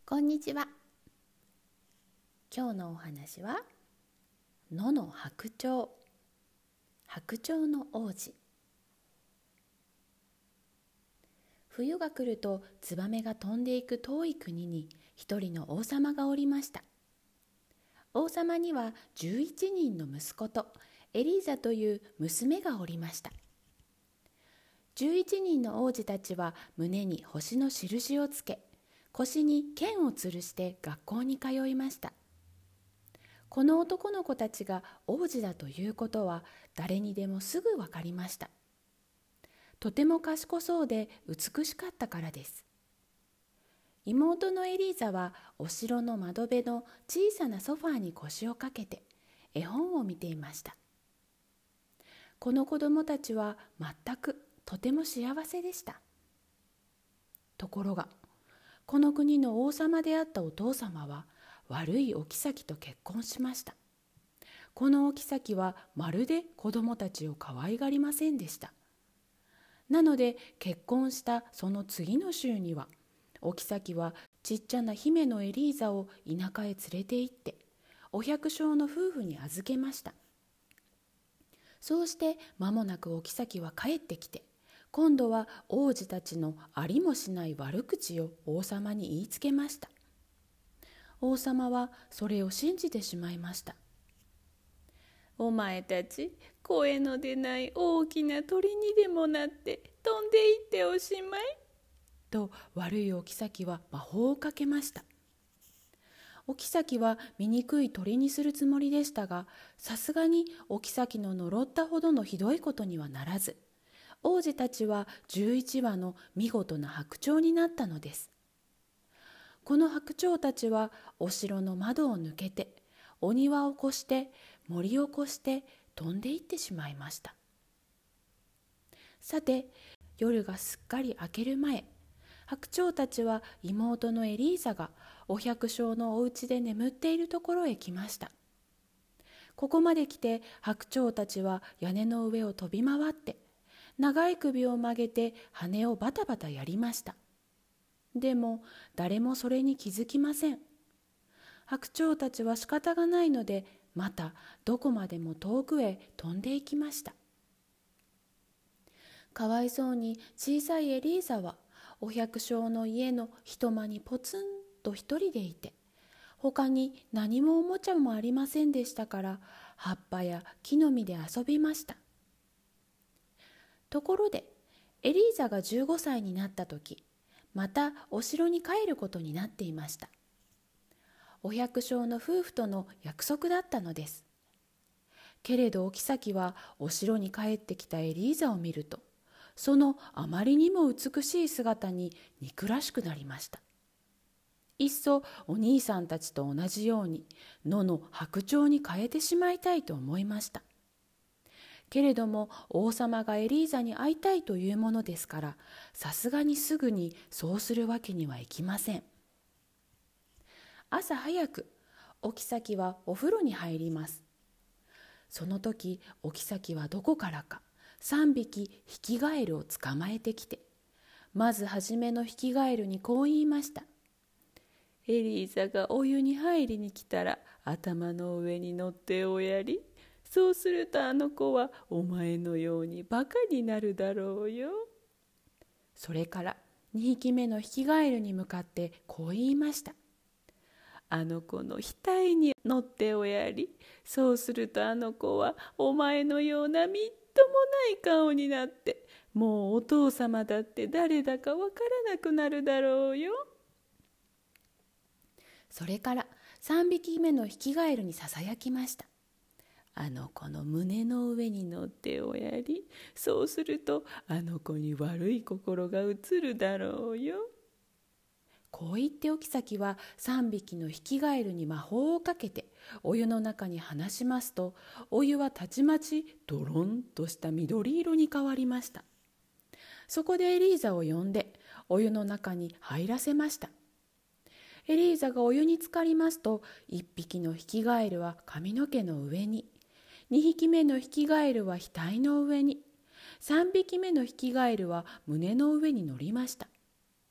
こんにちは。今日のお話は野の白鳥、白鳥の王子。冬が来るとツバメが飛んでいく遠い国に一人の王様がおりました。王様には11人の息子とエリーザという娘がおりました。11人の王子たちは胸に星の印をつけ、腰に剣を吊るして学校に通いました。この男の子たちが王子だということは誰にでもすぐ分かりました。とても賢そうで美しかったからです。妹のエリーザはお城の窓辺の小さなソファーに腰をかけて絵本を見ていました。この子供たちは全くとても幸せでした。ところがこの国の王様であったお父様は悪いお妃と結婚しました。このお妃はまるで子供たちを可愛がりませんでした。なので結婚したその次の週にはお妃はちっちゃな姫のエリーザを田舎へ連れて行ってお百姓の夫婦に預けました。そうして間もなくお妃は帰ってきて、今度は王子たちのありもしない悪口を王様に言いつけました。王様はそれを信じてしまいました。お前たち、声の出ない大きな鳥にでもなって飛んでいっておしまい。と悪いお妃は魔法をかけました。お妃は醜い鳥にするつもりでしたが、さすがにお妃の呪ったほどのひどいことにはならず、王子たちは11羽の見事な白鳥になったのです。この白鳥たちはお城の窓を抜けて、お庭を越して、森を越して飛んでいってしまいました。さて、夜がすっかり明ける前、白鳥たちは妹のエリーザがお百姓のお家で眠っているところへ来ました。ここまで来て白鳥たちは屋根の上を飛び回って、長い首を曲げて羽をバタバタやりました。でも誰もそれに気づきません。白鳥たちは仕方がないので、またどこまでも遠くへ飛んでいきました。かわいそうに小さいエリーザはお百姓の家の一間にポツンと一人でいて、他に何もおもちゃもありませんでしたから、葉っぱや木の実で遊びました。ところでエリーザが15歳になった時、またお城に帰ることになっていました。お百姓の夫婦との約束だったのです。けれどお妃はお城に帰ってきたエリーザを見ると、そのあまりにも美しい姿に憎らしくなりました。いっそお兄さんたちと同じように野の白鳥に変えてしまいたいと思いました。けれども王様がエリーザに会いたいというものですから、さすがにすぐにそうするわけにはいきません。朝早くお妃はお風呂に入ります。その時お妃はどこからか3匹ヒキガエルを捕まえてきて、まず初めのヒキガエルにこう言いました。エリーザがお湯に入りに来たら頭の上に乗っておやり。そうするとあの子はお前のようにバカになるだろうよ。それから2匹目のヒキガエルに向かってこう言いました。あの子の額に乗っておやり。そうするとあの子はお前のようなみっともない顔になって、もうお父様だって誰だかわからなくなるだろうよ。それから3匹目のヒキガエルにささやきました。あの子の胸の上に乗っておやり。そうするとあの子に悪い心が移るだろうよ。こう言ってお妃は3匹のヒキガエルに魔法をかけてお湯の中に放しますと、お湯はたちまちドロンとした緑色に変わりました。そこでエリーザを呼んでお湯の中に入らせました。エリーザがお湯に浸かりますと、1匹のヒキガエルは髪の毛の上に、2匹目のヒキガエルは額の上に、3匹目のヒキガエルは胸の上に乗りました。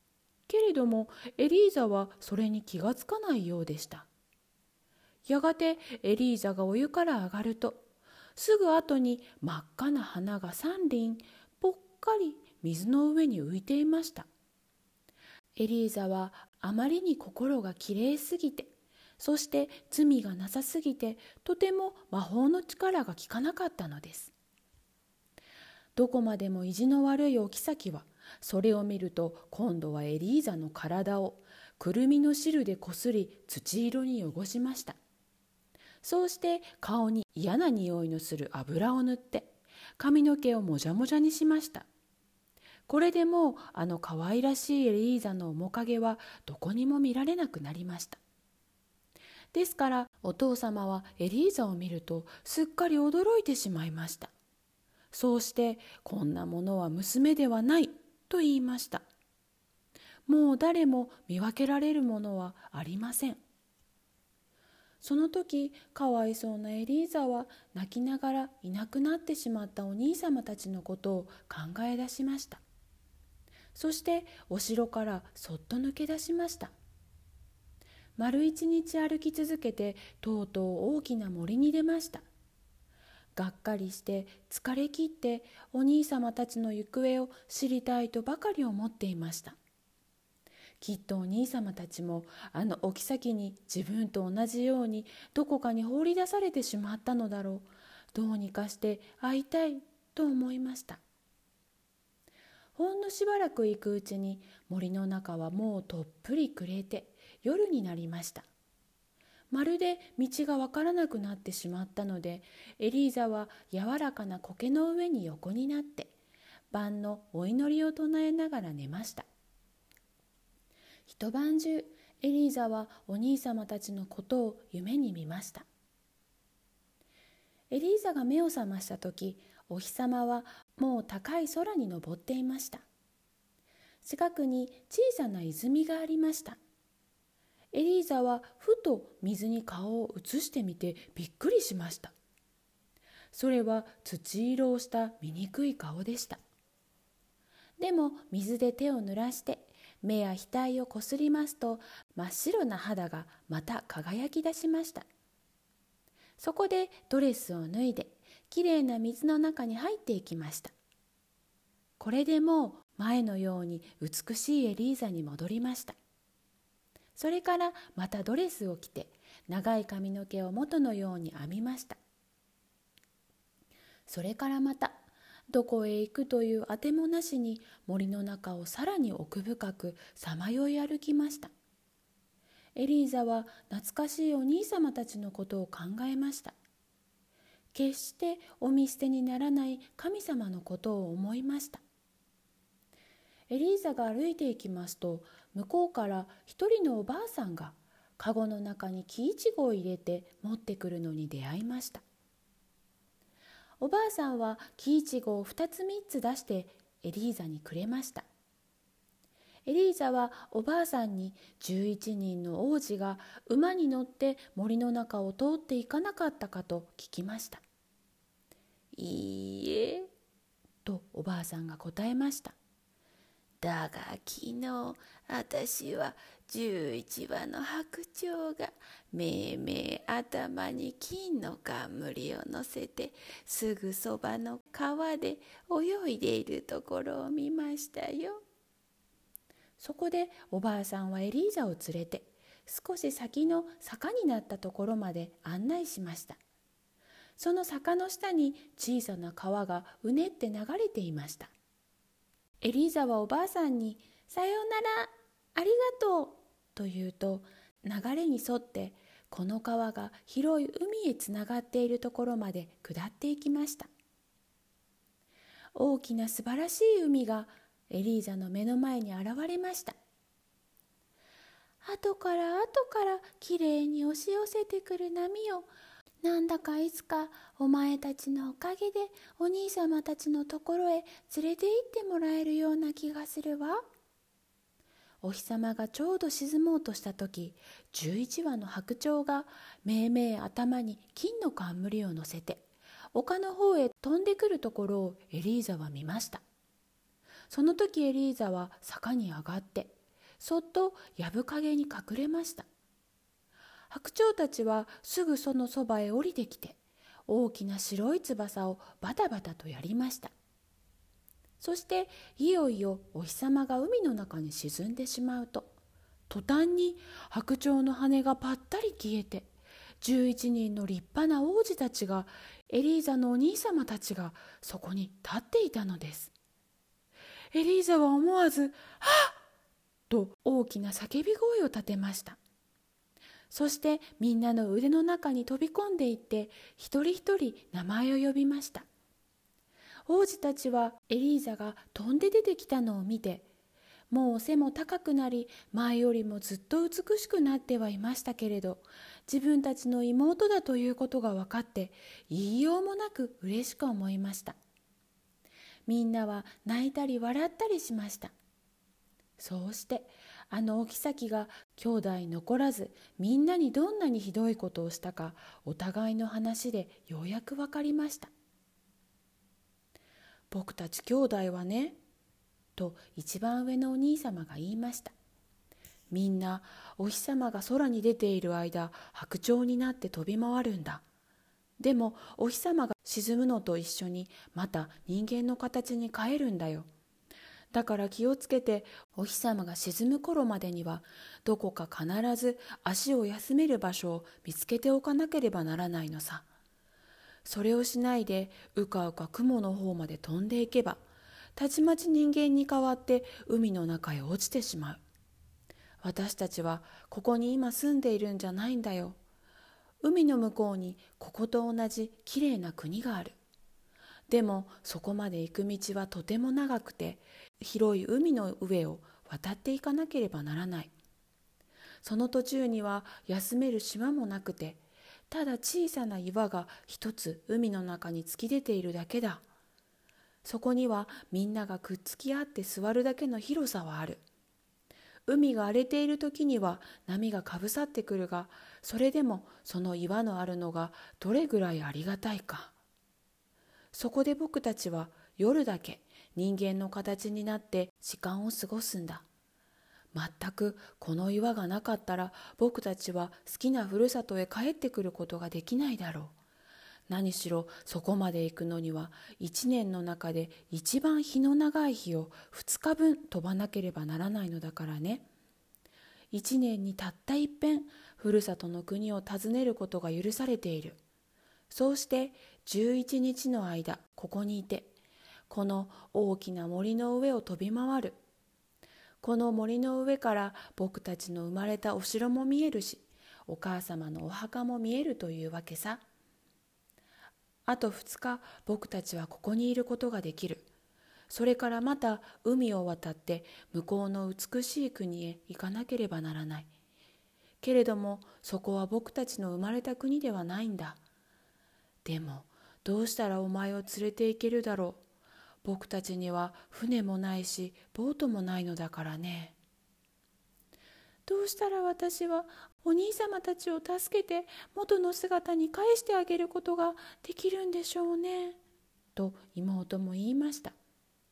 けれどもエリーザはそれに気がつかないようでした。やがてエリーザがお湯から上がると、すぐ後に真っ赤な花が3輪ぽっかり水の上に浮いていました。エリーザはあまりに心がきれいすぎて、そして罪がなさすぎて、とても魔法の力が効かなかったのです。どこまでも意地の悪いお妃は、それを見ると今度はエリーザの体をくるみの汁でこすり土色に汚しました。そうして顔に嫌な匂いのする油を塗って髪の毛をもじゃもじゃにしました。これでもうあの可愛らしいエリーザの面影はどこにも見られなくなりました。ですからお父様はエリーザを見るとすっかり驚いてしまいました。そうしてこんなものは娘ではないと言いました。もう誰も見分けられるものはありません。その時かわいそうなエリーザは泣きながらいなくなってしまったお兄様たちのことを考え出しました。そしてお城からそっと抜け出しました。丸一日歩き続けてとうとう大きな森に出ました。がっかりして疲れ切ってお兄様たちの行方を知りたいとばかり思っていました。きっとお兄様たちもあのお妃に自分と同じようにどこかに放り出されてしまったのだろう。どうにかして会いたいと思いました。ほんのしばらく行くうちに森の中はもうとっぷり暮れて夜になりました。まるで道がわからなくなってしまったので、エリーザは柔らかな苔の上に横になって晩のお祈りを唱えながら寝ました。一晩中エリーザはお兄様たちのことを夢に見ました。エリーザが目を覚ました時、お日様はもう高い空に昇っていました。近くに小さな泉がありました。エリーザはふと水に顔を映してみてびっくりしました。それは土色をした醜い顔でした。でも水で手を濡らして目や額をこすりますと、真っ白な肌がまた輝き出しました。そこでドレスを脱いできれいな水の中に入っていきました。これでもう前のように美しいエリーザに戻りました。それからまたドレスを着て長い髪の毛を元のように編みました。それからまたどこへ行くというあてもなしに森の中をさらに奥深くさまよい歩きました。エリーザは懐かしいお兄様たちのことを考えました。決してお見捨てにならない神様のことを思いました。エリーザが歩いていきますと、向こうから一人のおばあさんがかごの中に木いちごを入れて持ってくるのに出会いました。おばあさんは木いちごを2つ3つ出してエリーザにくれました。エリーザはおばあさんに11人の王子が馬に乗って森の中を通っていかなかったかと聞きました。いいえ、とおばあさんが答えました。だが昨日私は11羽の白鳥がめいめい頭に金の冠を乗せてすぐそばの川で泳いでいるところを見ましたよ。そこでおばあさんはエリーザを連れて少し先の坂になったところまで案内しました。その坂の下に小さな川がうねって流れていました。エリーザはおばあさんにさようなら、ありがとうと言うと、流れに沿ってこの川が広い海へつながっているところまで下っていきました。大きな素晴らしい海がエリーザの目の前に現れました。後からきれいに押し寄せてくる波を、なんだかいつかお前たちのおかげでお兄様たちのところへ連れて行ってもらえるような気がするわ。お日様がちょうど沈もうとした時、11羽の白鳥がめいめい頭に金の冠を乗せて丘の方へ飛んでくるところをエリーザは見ました。その時エリーザは坂に上がってそっと藪陰に隠れました。白鳥たちはすぐそのそばへ降りてきて、大きな白い翼をバタバタとやりました。そしていよいよお日様が海の中に沈んでしまうと、途端に白鳥の羽がぱったり消えて、11人の立派な王子たちが、エリーザのお兄様たちがそこに立っていたのです。エリーザは思わず「はっ!」と大きな叫び声を立てました。そしてみんなの腕の中に飛び込んでいって、一人一人名前を呼びました。王子たちはエリーザが飛んで出てきたのを見て、もう背も高くなり、前よりもずっと美しくなってはいましたけれど、自分たちの妹だということが分かって、言いようもなく嬉しく思いました。みんなは泣いたり笑ったりしました。そうしてあのお妃が兄弟残らず、みんなにどんなにひどいことをしたか、お互いの話でようやく分かりました。僕たち兄弟はね、と一番上のお兄様が言いました。みんなお日様が空に出ている間、白鳥になって飛び回るんだ。でもお日様が沈むのと一緒にまた人間の形に変えるんだよ。だから気をつけて、お日様が沈む頃までにはどこか必ず足を休める場所を見つけておかなければならないのさ。それをしないでうかうか雲の方まで飛んでいけば、たちまち人間に変わって海の中へ落ちてしまう。私たちはここに今住んでいるんじゃないんだよ。海の向こうにここと同じきれいな国がある。でもそこまで行く道はとても長くて、広い海の上を渡っていかなければならない。その途中には休める島もなくて、ただ小さな岩が一つ海の中に突き出ているだけだ。そこにはみんながくっつき合って座るだけの広さはある。海が荒れている時には波がかぶさってくるが、それでもその岩のあるのがどれぐらいありがたいか。そこで僕たちは夜だけ人間の形になって時間を過ごすんだ。全くこの岩がなかったら、僕たちは好きなふるさとへ帰ってくることができないだろう。何しろそこまで行くのには一年の中で一番日の長い日を2日分飛ばなければならないのだからね。一年にたった一遍ふるさとの国を訪ねることが許されている。そうして11日の間ここにいて、この大きな森の上を飛び回る。この森の上から僕たちの生まれたお城も見えるし、お母様のお墓も見えるというわけさ。あと2日僕たちはここにいることができる。それからまた海を渡って向こうの美しい国へ行かなければならない。けれどもそこは僕たちの生まれた国ではないんだ。でもどうしたらお前を連れて行けるだろう。僕たちには船もないしボートもないのだからね。どうしたら私はお兄様たちを助けて元の姿に返してあげることができるんでしょうね。と妹も言いました。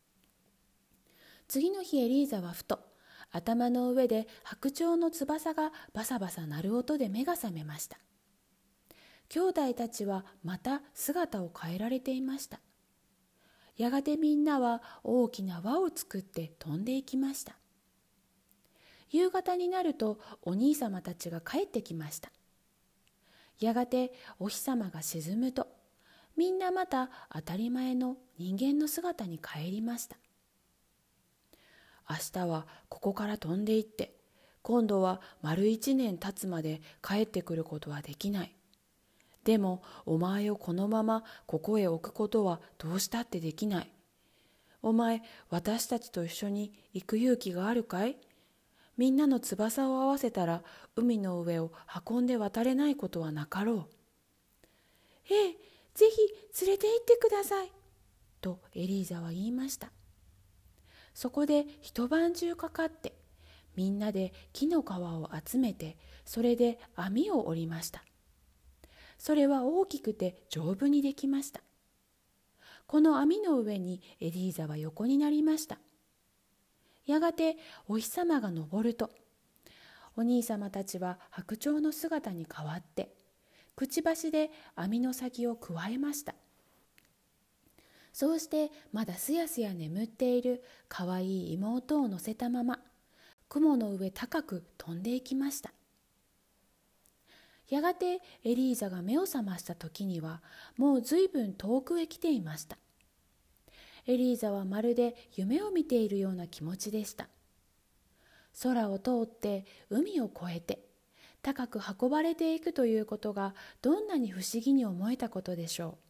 次の日エリーザはふと頭の上で白鳥の翼がバサバサ鳴る音で目が覚めました。兄弟たちはまた姿を変えられていました。やがてみんなは大きな輪を作って飛んでいきました。夕方になるとお兄様たちが帰ってきました。やがてお日様が沈むと、みんなまた当たり前の人間の姿に帰りました。明日はここから飛んでいって、今度は丸1年経つまで帰ってくることはできない。でもお前をこのままここへ置くことはどうしたってできない。お前、私たちと一緒に行く勇気があるかい？みんなの翼を合わせたら海の上を運んで渡れないことはなかろう。ええ、ぜひ連れて行ってください。とエリーザは言いました。そこで一晩中かかって、みんなで木の皮を集めて、それで網を織りました。それは大きくて丈夫にできました。この網の上にエリーザは横になりました。 やがてお日様が昇ると、お兄様たちは白鳥の姿に変わって、くちばしで網の先をくわえました。そうしてまだすやすや眠っているかわいい妹を乗せたまま、雲の上高く飛んでいきました。やがてエリーザが目を覚ました時には、もうずいぶん遠くへ来ていました。エリーザはまるで夢を見ているような気持ちでした。空を通って海を越えて高く運ばれていくということがどんなに不思議に思えたことでしょう。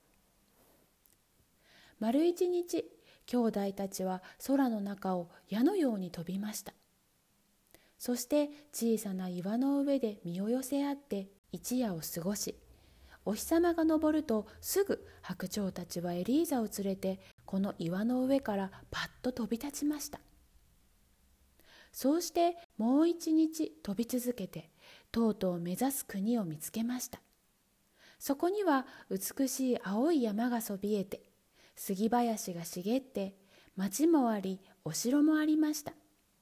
丸一日、兄弟たちは空の中を矢のように飛びました。そして小さな岩の上で身を寄せ合って一夜を過ごし、お日様が昇るとすぐ白鳥たちはエリーザを連れてこの岩の上からパッと飛び立ちました。そうしてもう一日飛び続けて、とうとう目指す国を見つけました。そこには美しい青い山がそびえて、杉林が茂って、町もありお城もありました。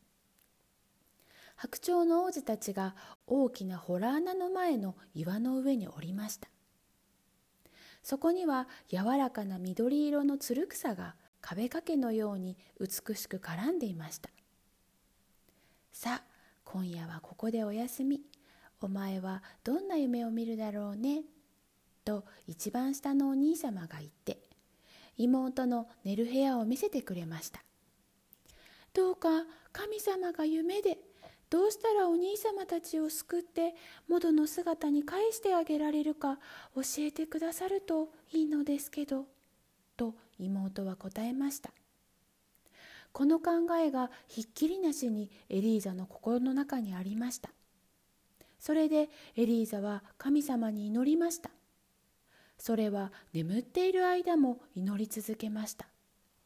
白鳥の王子たちが大きな洞穴の前の岩の上に降りました。そこには柔らかな緑色のつる草が壁掛けのように美しく絡んでいました。さあ、今夜はここでお休み。お前はどんな夢を見るだろうね。と一番下のお兄様が言って、妹の寝る部屋を見せてくれました。どうか神様が夢で、どうしたらお兄様たちを救って元の姿に返してあげられるか教えてくださるといいのですけど、と妹は答えました。この考えがひっきりなしにエリーザの心の中にありました。それでエリーザは神様に祈りました。それは眠っている間も祈り続けました。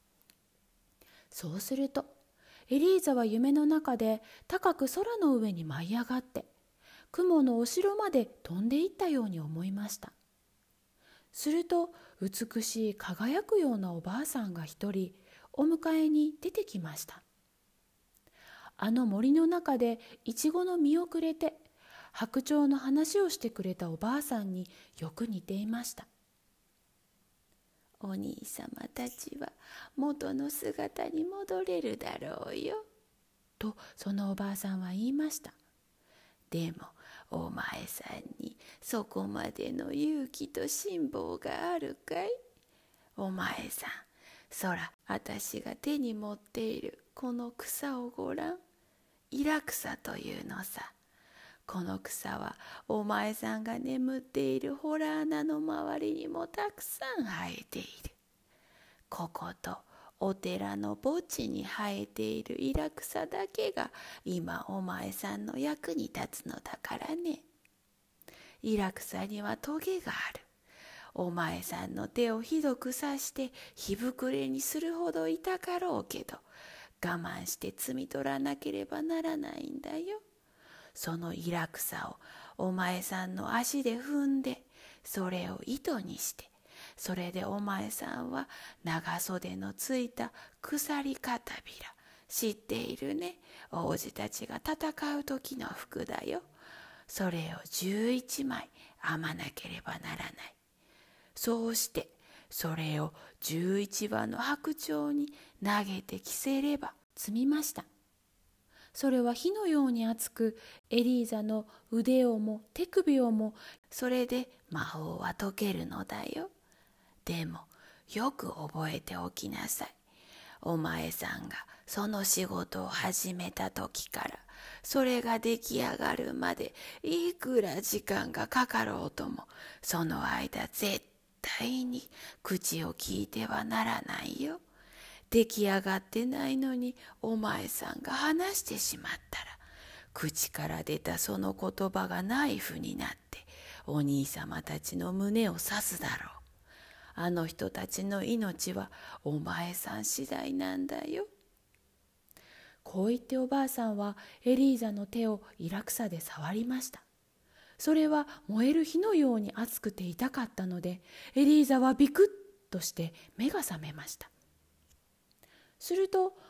そうするとエリーザは夢の中で高く空の上に舞い上がって雲のお城まで飛んでいったように思いました。すると美しい輝くようなおばあさんが一人お迎えに出てきました。あの森の中でイチゴの実をくれて白鳥の話をしてくれたおばあさんによく似ていました。お兄様たちは元の姿に戻れるだろうよ、とそのおばあさんは言いました。でもお前さんにそこまでの勇気と辛抱があるかい。お前さん、そら私が手に持っているこの草をごらん。イラクサというのさ。この草はお前さんが眠っている洞穴の周りにもたくさん生えている。こことお寺の墓地に生えているイラクサだけが今お前さんの役に立つのだからね。イラクサにはトゲがある。お前さんの手をひどく刺して火膨れにするほど痛かろうけど、我慢して摘み取らなければならないんだよ。そのイラクサをお前さんの足で踏んで、それを糸にして、それでお前さんは長袖のついた鎖片びら、知っているね。王子たちが戦う時の服だよ。それを11枚編まなければならない。そうしてそれを11羽の白鳥に投げて着せれば積みました。それは火のように熱く、エリーザの腕をも手首をも、それで魔法は解けるのだよ。でもよく覚えておきなさい。お前さんがその仕事を始めた時から、それが出来上がるまでいくら時間がかかろうとも、その間絶対に口を聞いてはならないよ。出来上がってないのにお前さんが話してしまったら、口から出たその言葉がナイフになってお兄様たちの胸を刺すだろう。あの人たちの命はお前さん次第なんだよ。こう言っておばあさんはエリーザの手をイラクサで触りました。それは燃える火のように熱くて痛かったので、エリーザはビクッとして目が覚めました。すると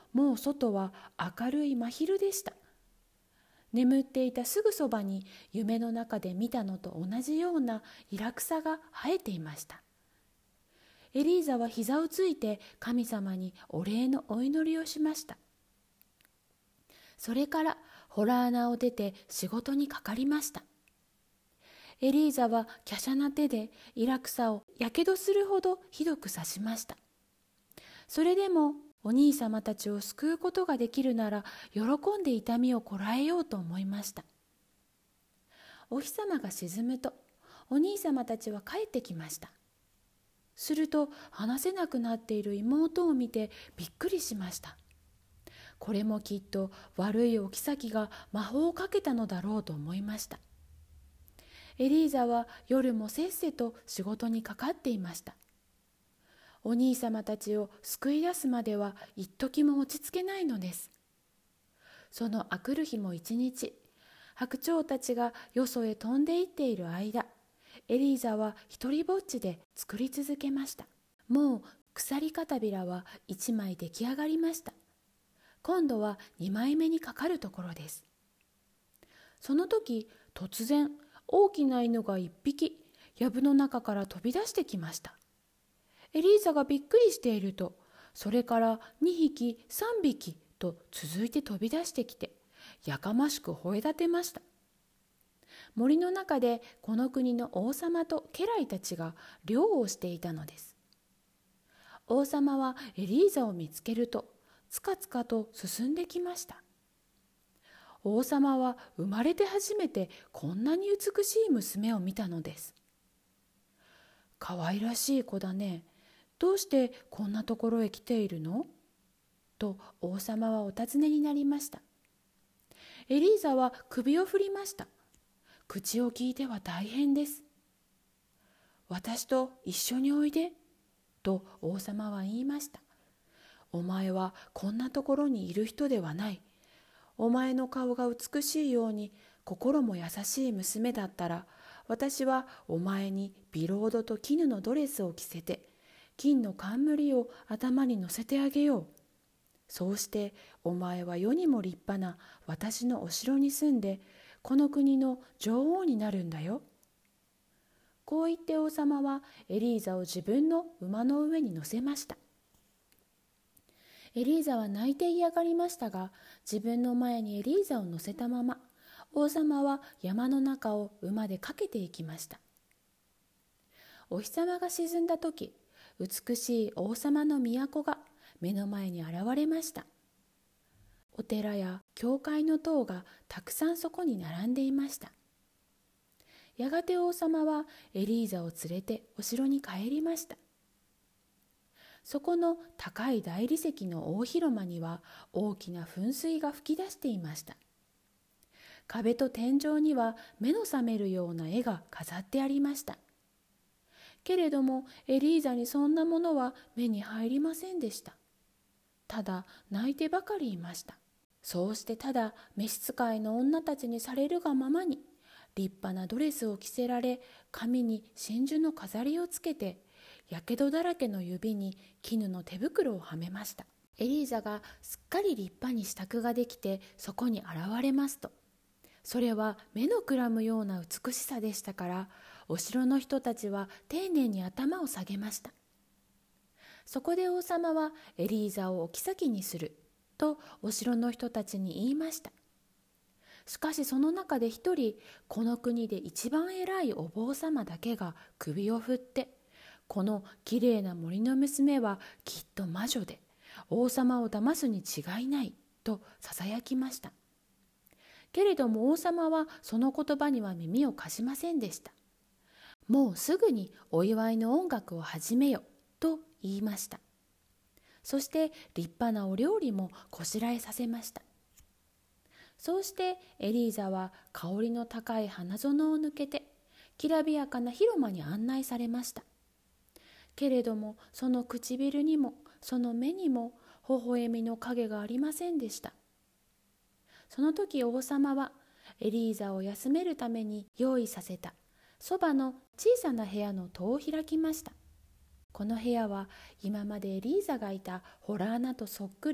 もう外は明るい真昼でした。眠っていたすぐそばに夢の中で見たのと同じようなイラクサが生えていました。エリーザは膝をついて神様にお礼のお祈りをしました。それから洞穴を出て仕事にかかりました。エリーザは華奢な手でイラクサをやけどするほどひどく刺しました。それでもお兄様たちを救うことができるなら喜んで痛みをこらえようと思いました。お日様が沈むとお兄様たちは帰ってきました。すると話せなくなっている妹を見てびっくりしました。これもきっと悪いお妃が魔法をかけたのだろうと思いました。エリーザは夜もせっせと仕事にかかっていました。お兄様たちを救い出すまでは一時も落ち着けないのです。そのあくる日も一日、白鳥たちがよそへ飛んでいっている間、エリーザは一りぼっちで作り続けました。もう鎖片びらは一枚出来上がりました。今度は2枚目にかかるところです。その時、突然大きな犬が1匹藪の中から飛び出してきました。エリーザがびっくりしていると、それから2匹3匹と続いて飛び出してきて、やかましく吠え立てました。森の中でこの国の王様と家来たちが猟をしていたのです。王様はエリーザを見つけると、つかつかと進んできました。王様は生まれて初めてこんなに美しい娘を見たのです。かわいらしい子だね。どうしてこんなところへ来ているの？と王様はお尋ねになりました。エリーザは首を振りました。口を聞いては大変です。私と一緒においで、と王様は言いました。お前はこんなところにいる人ではない。お前の顔が美しいように心も優しい娘だったら、私はお前にビロードと絹のドレスを着せて、金の冠を頭に乗せてあげよう。そうしてお前は世にも立派な私のお城に住んで、この国の女王になるんだよ。こう言って王様はエリーザを自分の馬の上に乗せました。エリーザは泣いて嫌がりましたが、自分の前にエリーザを乗せたまま、王様は山の中を馬で駆けていきました。お日様が沈んだ時、美しい王様の都が目の前に現れました。お寺や教会の塔がたくさんそこに並んでいました。やがて王様はエリーザを連れてお城に帰りました。そこの高い大理石の大広間には大きな噴水が噴き出していました。壁と天井には目の覚めるような絵が飾ってありました。けれどもエリーザにそんなものは目に入りませんでした。ただ泣いてばかりいました。そうしてただ召使いの女たちにされるがままに、立派なドレスを着せられ、髪に真珠の飾りをつけて、やけどだらけの指に絹の手袋をはめました。エリーザがすっかり立派に支度ができてそこに現れますと、それは目のくらむような美しさでしたから、お城の人たちは丁寧に頭を下げました。そこで王様はエリーザをお妃にするとお城の人たちに言いました。しかしその中で一人、この国で一番偉いお坊様だけが首を振って、このきれいな森の娘はきっと魔女で王様を騙すに違いないとささやきました。けれども王様はその言葉には耳を貸しませんでした。もうすぐにお祝いの音楽を始めよと言いました。そして立派なお料理もこしらえさせました。そうしてエリーザは香りの高い花園を抜けて、きらびやかな広間に案内されました。けれどもその唇にもその目にも微笑みの影がありませんでした。その時王様はエリーザを休めるために用意させたそばの小さな部屋の戸を開きました。この部屋は今までエリーザがいた洞穴とそっくり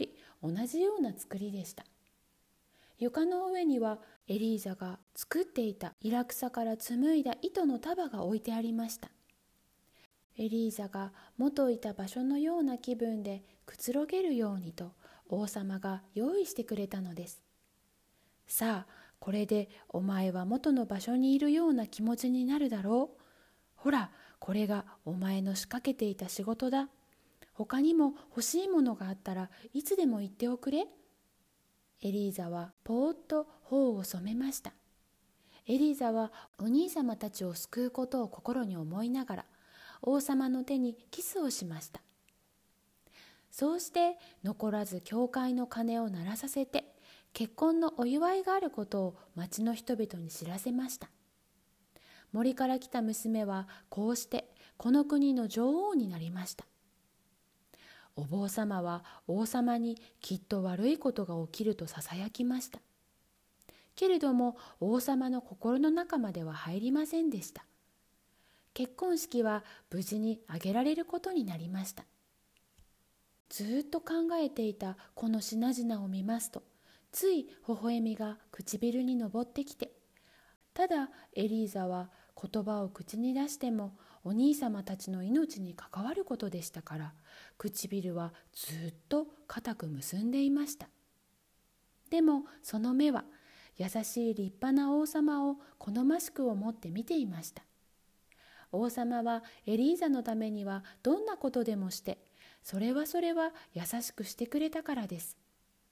同じような作りでした。床の上にはエリーザが作っていたイラクサから紡いだ糸の束が置いてありました。エリーザが元いた場所のような気分でくつろげるようにと王様が用意してくれたのです。さあ、これでお前は元の場所にいるような気持ちになるだろう。ほら、これがお前の仕掛けていた仕事だ。他にも欲しいものがあったらいつでも言っておくれ。エリーザはぽーっと頬を染めました。エリーザはお兄様たちを救うことを心に思いながら王様の手にキスをしました。そうして残らず教会の鐘を鳴らさせて結婚のお祝いがあることを町の人々に知らせました。森から来た娘はこうしてこの国の女王になりました。お坊様は王様にきっと悪いことが起きるとささやきました。けれども王様の心の中までは入りませんでした。結婚式は無事に挙げられることになりました。ずっと考えていたこの品々を見ますと、つい微笑みが唇に上ってきて、ただエリーザは言葉を口に出してもお兄様たちの命に関わることでしたから、唇はずっと固く結んでいました。でもその目は優しい立派な王様を好ましく思って見ていました。王様はエリーザのためにはどんなことでもして、それは優しくしてくれたからです。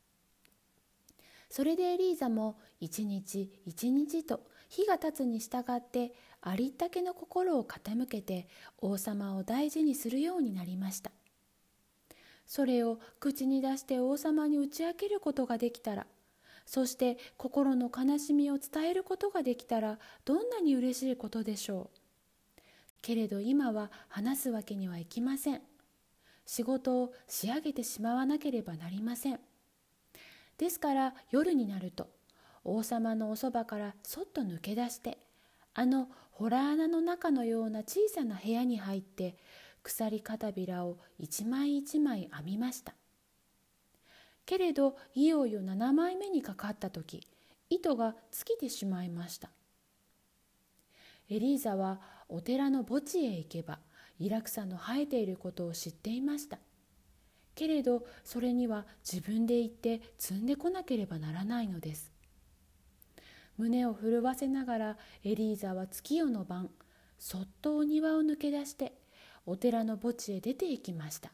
それでエリーザも一日一日と日が経つに従ってありったけの心を傾けて王様を大事にするようになりました。それを口に出して王様に打ち明けることができたら、そして心の悲しみを伝えることができたらどんなに嬉しいことでしょう。けれど今は話すわけにはいきません。仕事を仕上げてしまわなければなりません。ですから夜になると王様のおそばからそっと抜け出して、あの洞穴の中のような小さな部屋に入って鎖片びらを一枚一枚編みました。けれどいよいよ7枚目にかかった時、糸が尽きてしまいました。エリーザはお寺の墓地へ行けばイラクサの生えていることを知っていました。けれどそれには自分で行って摘んでこなければならないのです。胸を震わせながらエリーザは月夜の晩、そっとお庭を抜け出してお寺の墓地へ出て行きました。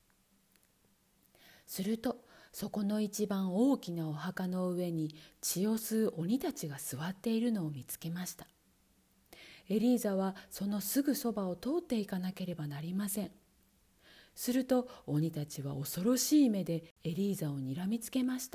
するとそこの一番大きなお墓の上に血を吸う鬼たちが座っているのを見つけました。エリーザはそのすぐそばを通っていかなければなりません。すると鬼たちは恐ろしい目でエリーザをにらみつけました。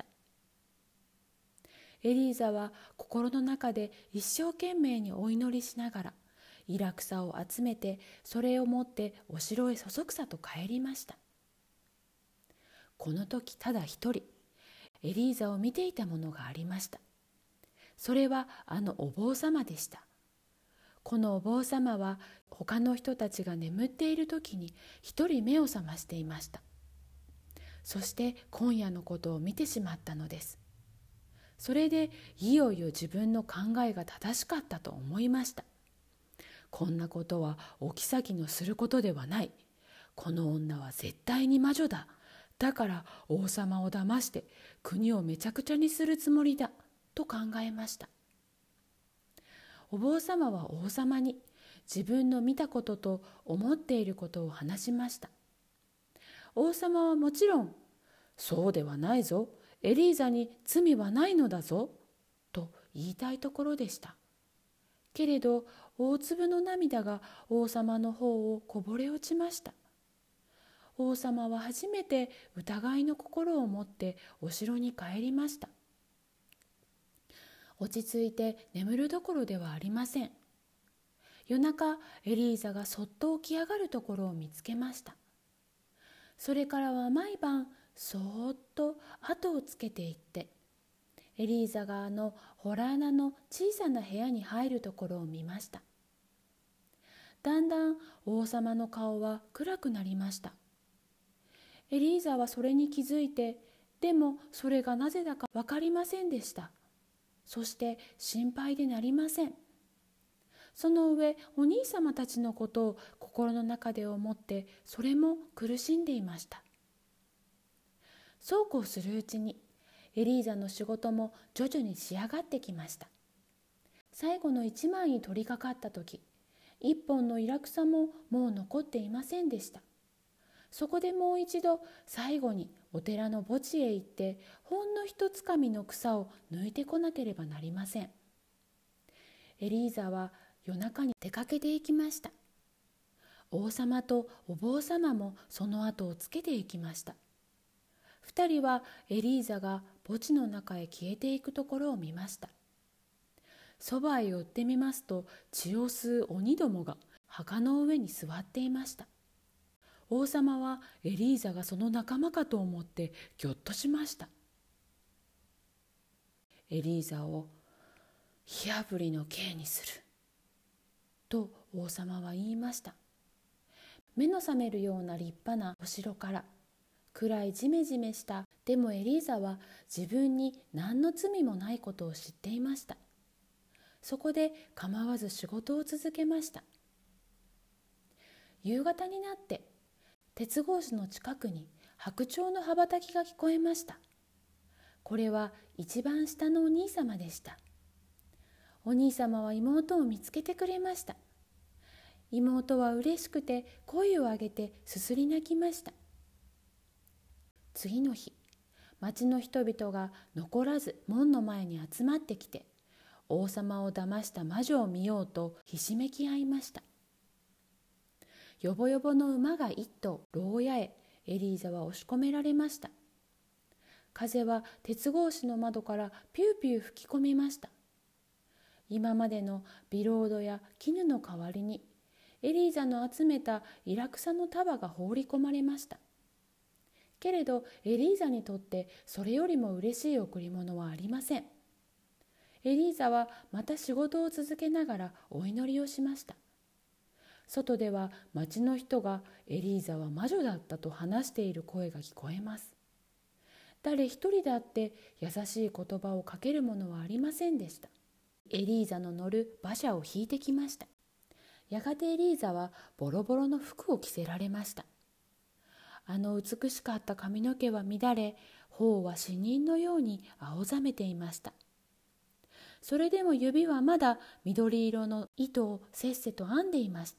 エリーザは心の中で一生懸命にお祈りしながらイラクサを集めて、それを持ってお城へそそくさと帰りました。この時ただ一人エリーザを見ていたものがありました。それはあのお坊様でした。このお坊様は他の人たちが眠っている時に一人目を覚ましていました。そして今夜のことを見てしまったのです。それでいよいよ自分の考えが正しかったと思いました。こんなことはお妃のすることではない。この女は絶対に魔女だ。だから王様を騙して国をめちゃくちゃにするつもりだと考えました。お坊様は王様に自分の見たことと思っていることを話しました。王様はもちろん、そうではないぞ、エリーザに罪はないのだぞ、と言いたいところでした。けれど大粒の涙が王様の方をこぼれ落ちました。王様は初めて疑いの心を持ってお城に帰りました。落ち着いて眠るどころではありません。夜中エリーザがそっと起き上がるところを見つけました。それからは毎晩そーっと後をつけていって、エリーザがあの洞穴の小さな部屋に入るところを見ました。だんだん王様の顔は暗くなりました。エリーザはそれに気づいて、 でもそれがなぜだか分かりませんでした。そして心配でなりません。その上、お兄様たちのことを心の中で思って、それも苦しんでいました。そうこうするうちに、エリーザの仕事も徐々に仕上がってきました。最後の一枚に取り掛かった時、一本のイラクサももう残っていませんでした。そこでもう一度最後にお寺の墓地へ行って、ほんの一つかみの草を抜いてこなければなりません。エリーザは夜中に出かけていきました。王様とお坊様もその後をつけていきました。二人はエリーザが墓地の中へ消えていくところを見ました。そばへ寄ってみますと、血を吸う鬼どもが墓の上に座っていました。王様はエリーザがその仲間かと思ってぎょっとしました。エリーザを火あぶりの刑にすると王様は言いました。目の覚めるような立派なお城から暗いジメジメした、でもエリーザは自分に何の罪もないことを知っていました。そこで構わず仕事を続けました。夕方になって鉄格子の近くに白鳥の羽ばたきが聞こえました。これは一番下のお兄様でした。お兄様は妹を見つけてくれました。妹は嬉しくて声を上げてすすり泣きました。次の日、町の人々が残らず門の前に集まってきて、王様を騙した魔女を見ようとひしめき合いました。よぼよぼの馬が一頭牢屋へエリーザは押し込められました。風は鉄格子の窓からピューピュー吹き込みました。今までのビロードや絹の代わりにエリーザの集めたイラクサの束が放り込まれました。けれどエリーザにとってそれよりも嬉しい贈り物はありません。エリーザはまた仕事を続けながらお祈りをしました。外では町の人がエリーザは魔女だったと話している声が聞こえます。誰一人だって優しい言葉をかけるものはありませんでした。エリーザの乗る馬車を引いてきました。やがてエリーザはボロボロの服を着せられました。あの美しかった髪の毛は乱れ、頬は死人のように青ざめていました。それでも指はまだ緑色の糸をせっせと編んでいました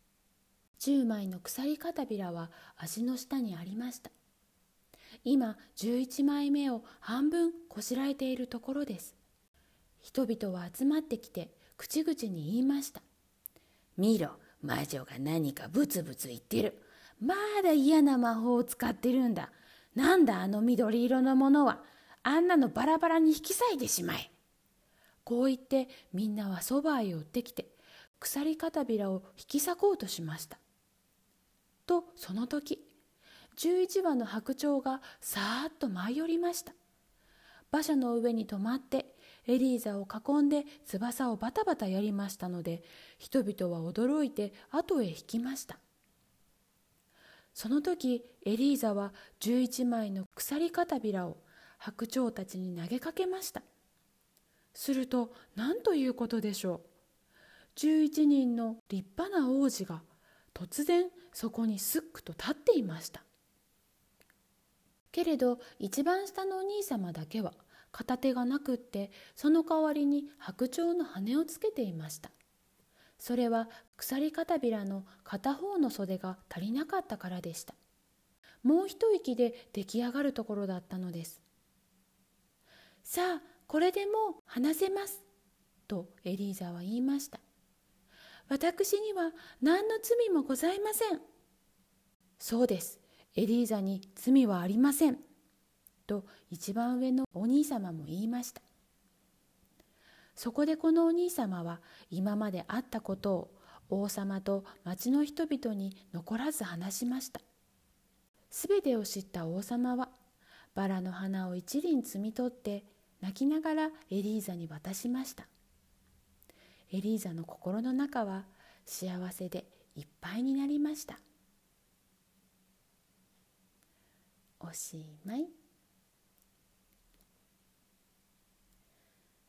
。10枚の鎖片びらは足の下にありました。今11枚目を半分こしらえているところです。人々は集まってきて口々に言いました。見ろ、魔女が何かブツブツ言ってる。まだ嫌な魔法を使ってるんだ。なんだあの緑色のものは。あんなのバラバラに引き裂いてしまえ。こう言ってみんなはそばへ寄ってきて鎖片びらを引き裂こうとしました。とその時、11羽の白鳥がさーっと舞い降りました。馬車の上に止まってエリーザを囲んで翼をバタバタやりましたので、人々は驚いて後へ引きました。その時エリーザは11枚の鎖片びらを白鳥たちに投げかけました。すると何ということでしょう。11人の立派な王子が突然そこにすっくと立っていました。けれど一番下のお兄様だけは片手がなくって、その代わりに白鳥の羽をつけていました。それは鎖片びらの片方の袖が足りなかったからでした。もう一息で出来上がるところだったのです。さあ、これでもう話せます、とエリーザは言いました。私には何の罪もございません。そうです、エリーザに罪はありません、と一番上のお兄様も言いました。そこでこのお兄様は今まであったことを王様と町の人々に残らず話しました。すべてを知った王様はバラの花を一輪摘み取って泣きながらエリーザに渡しました。エリーザの心の中は幸せでいっぱいになりました。おしまい。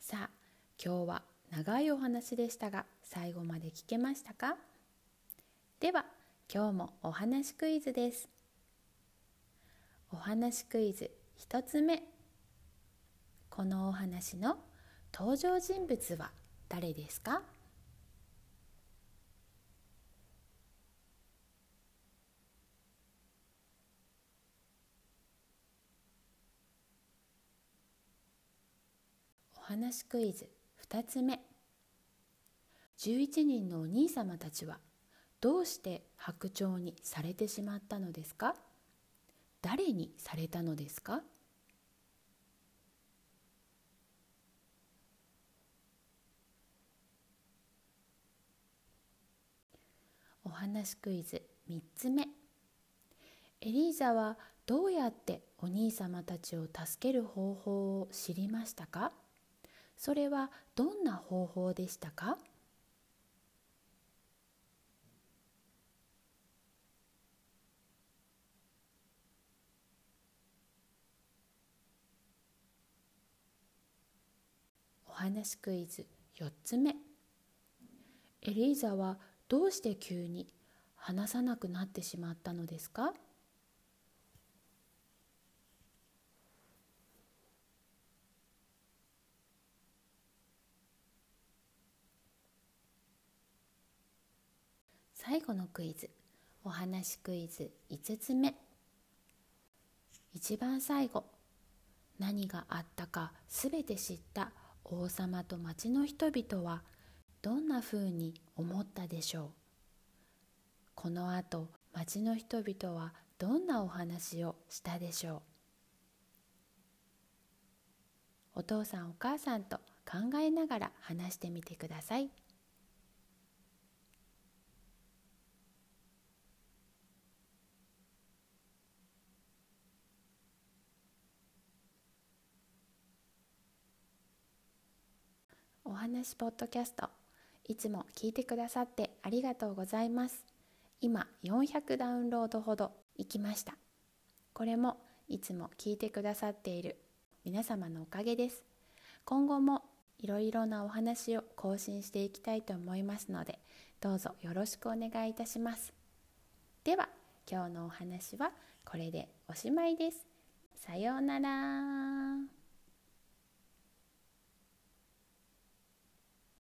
さあ、今日は長いお話でしたが、最後まで聞けましたか？では、今日もお話クイズです。お話クイズ1つ目。このお話の登場人物は誰ですか？お話クイズ2つ目。11人のお兄様たちはどうして白鳥にされてしまったのですか？誰にされたのですか？お話クイズ3つ目。エリーザはどうやってお兄様たちを助ける方法を知りましたか？それはどんな方法でしたか？お話クイズ4つ目。エリーザはどうして急に話さなくなってしまったのですか？最後のクイズ、お話クイズ5つ目。一番最後、何があったかすべて知った王様と町の人々はどんなふうに思ったでしょう？このあと町の人々はどんなお話をしたでしょう？お父さんお母さんと考えながら話してみてください。お話ポッドキャスト、いつも聞いてくださってありがとうございます。今400ダウンロードほどいきました。これもいつも聞いてくださっている皆様のおかげです。今後もいろいろなお話を更新していきたいと思いますので、どうぞよろしくお願いいたします。では、今日のお話はこれでおしまいです。さようなら。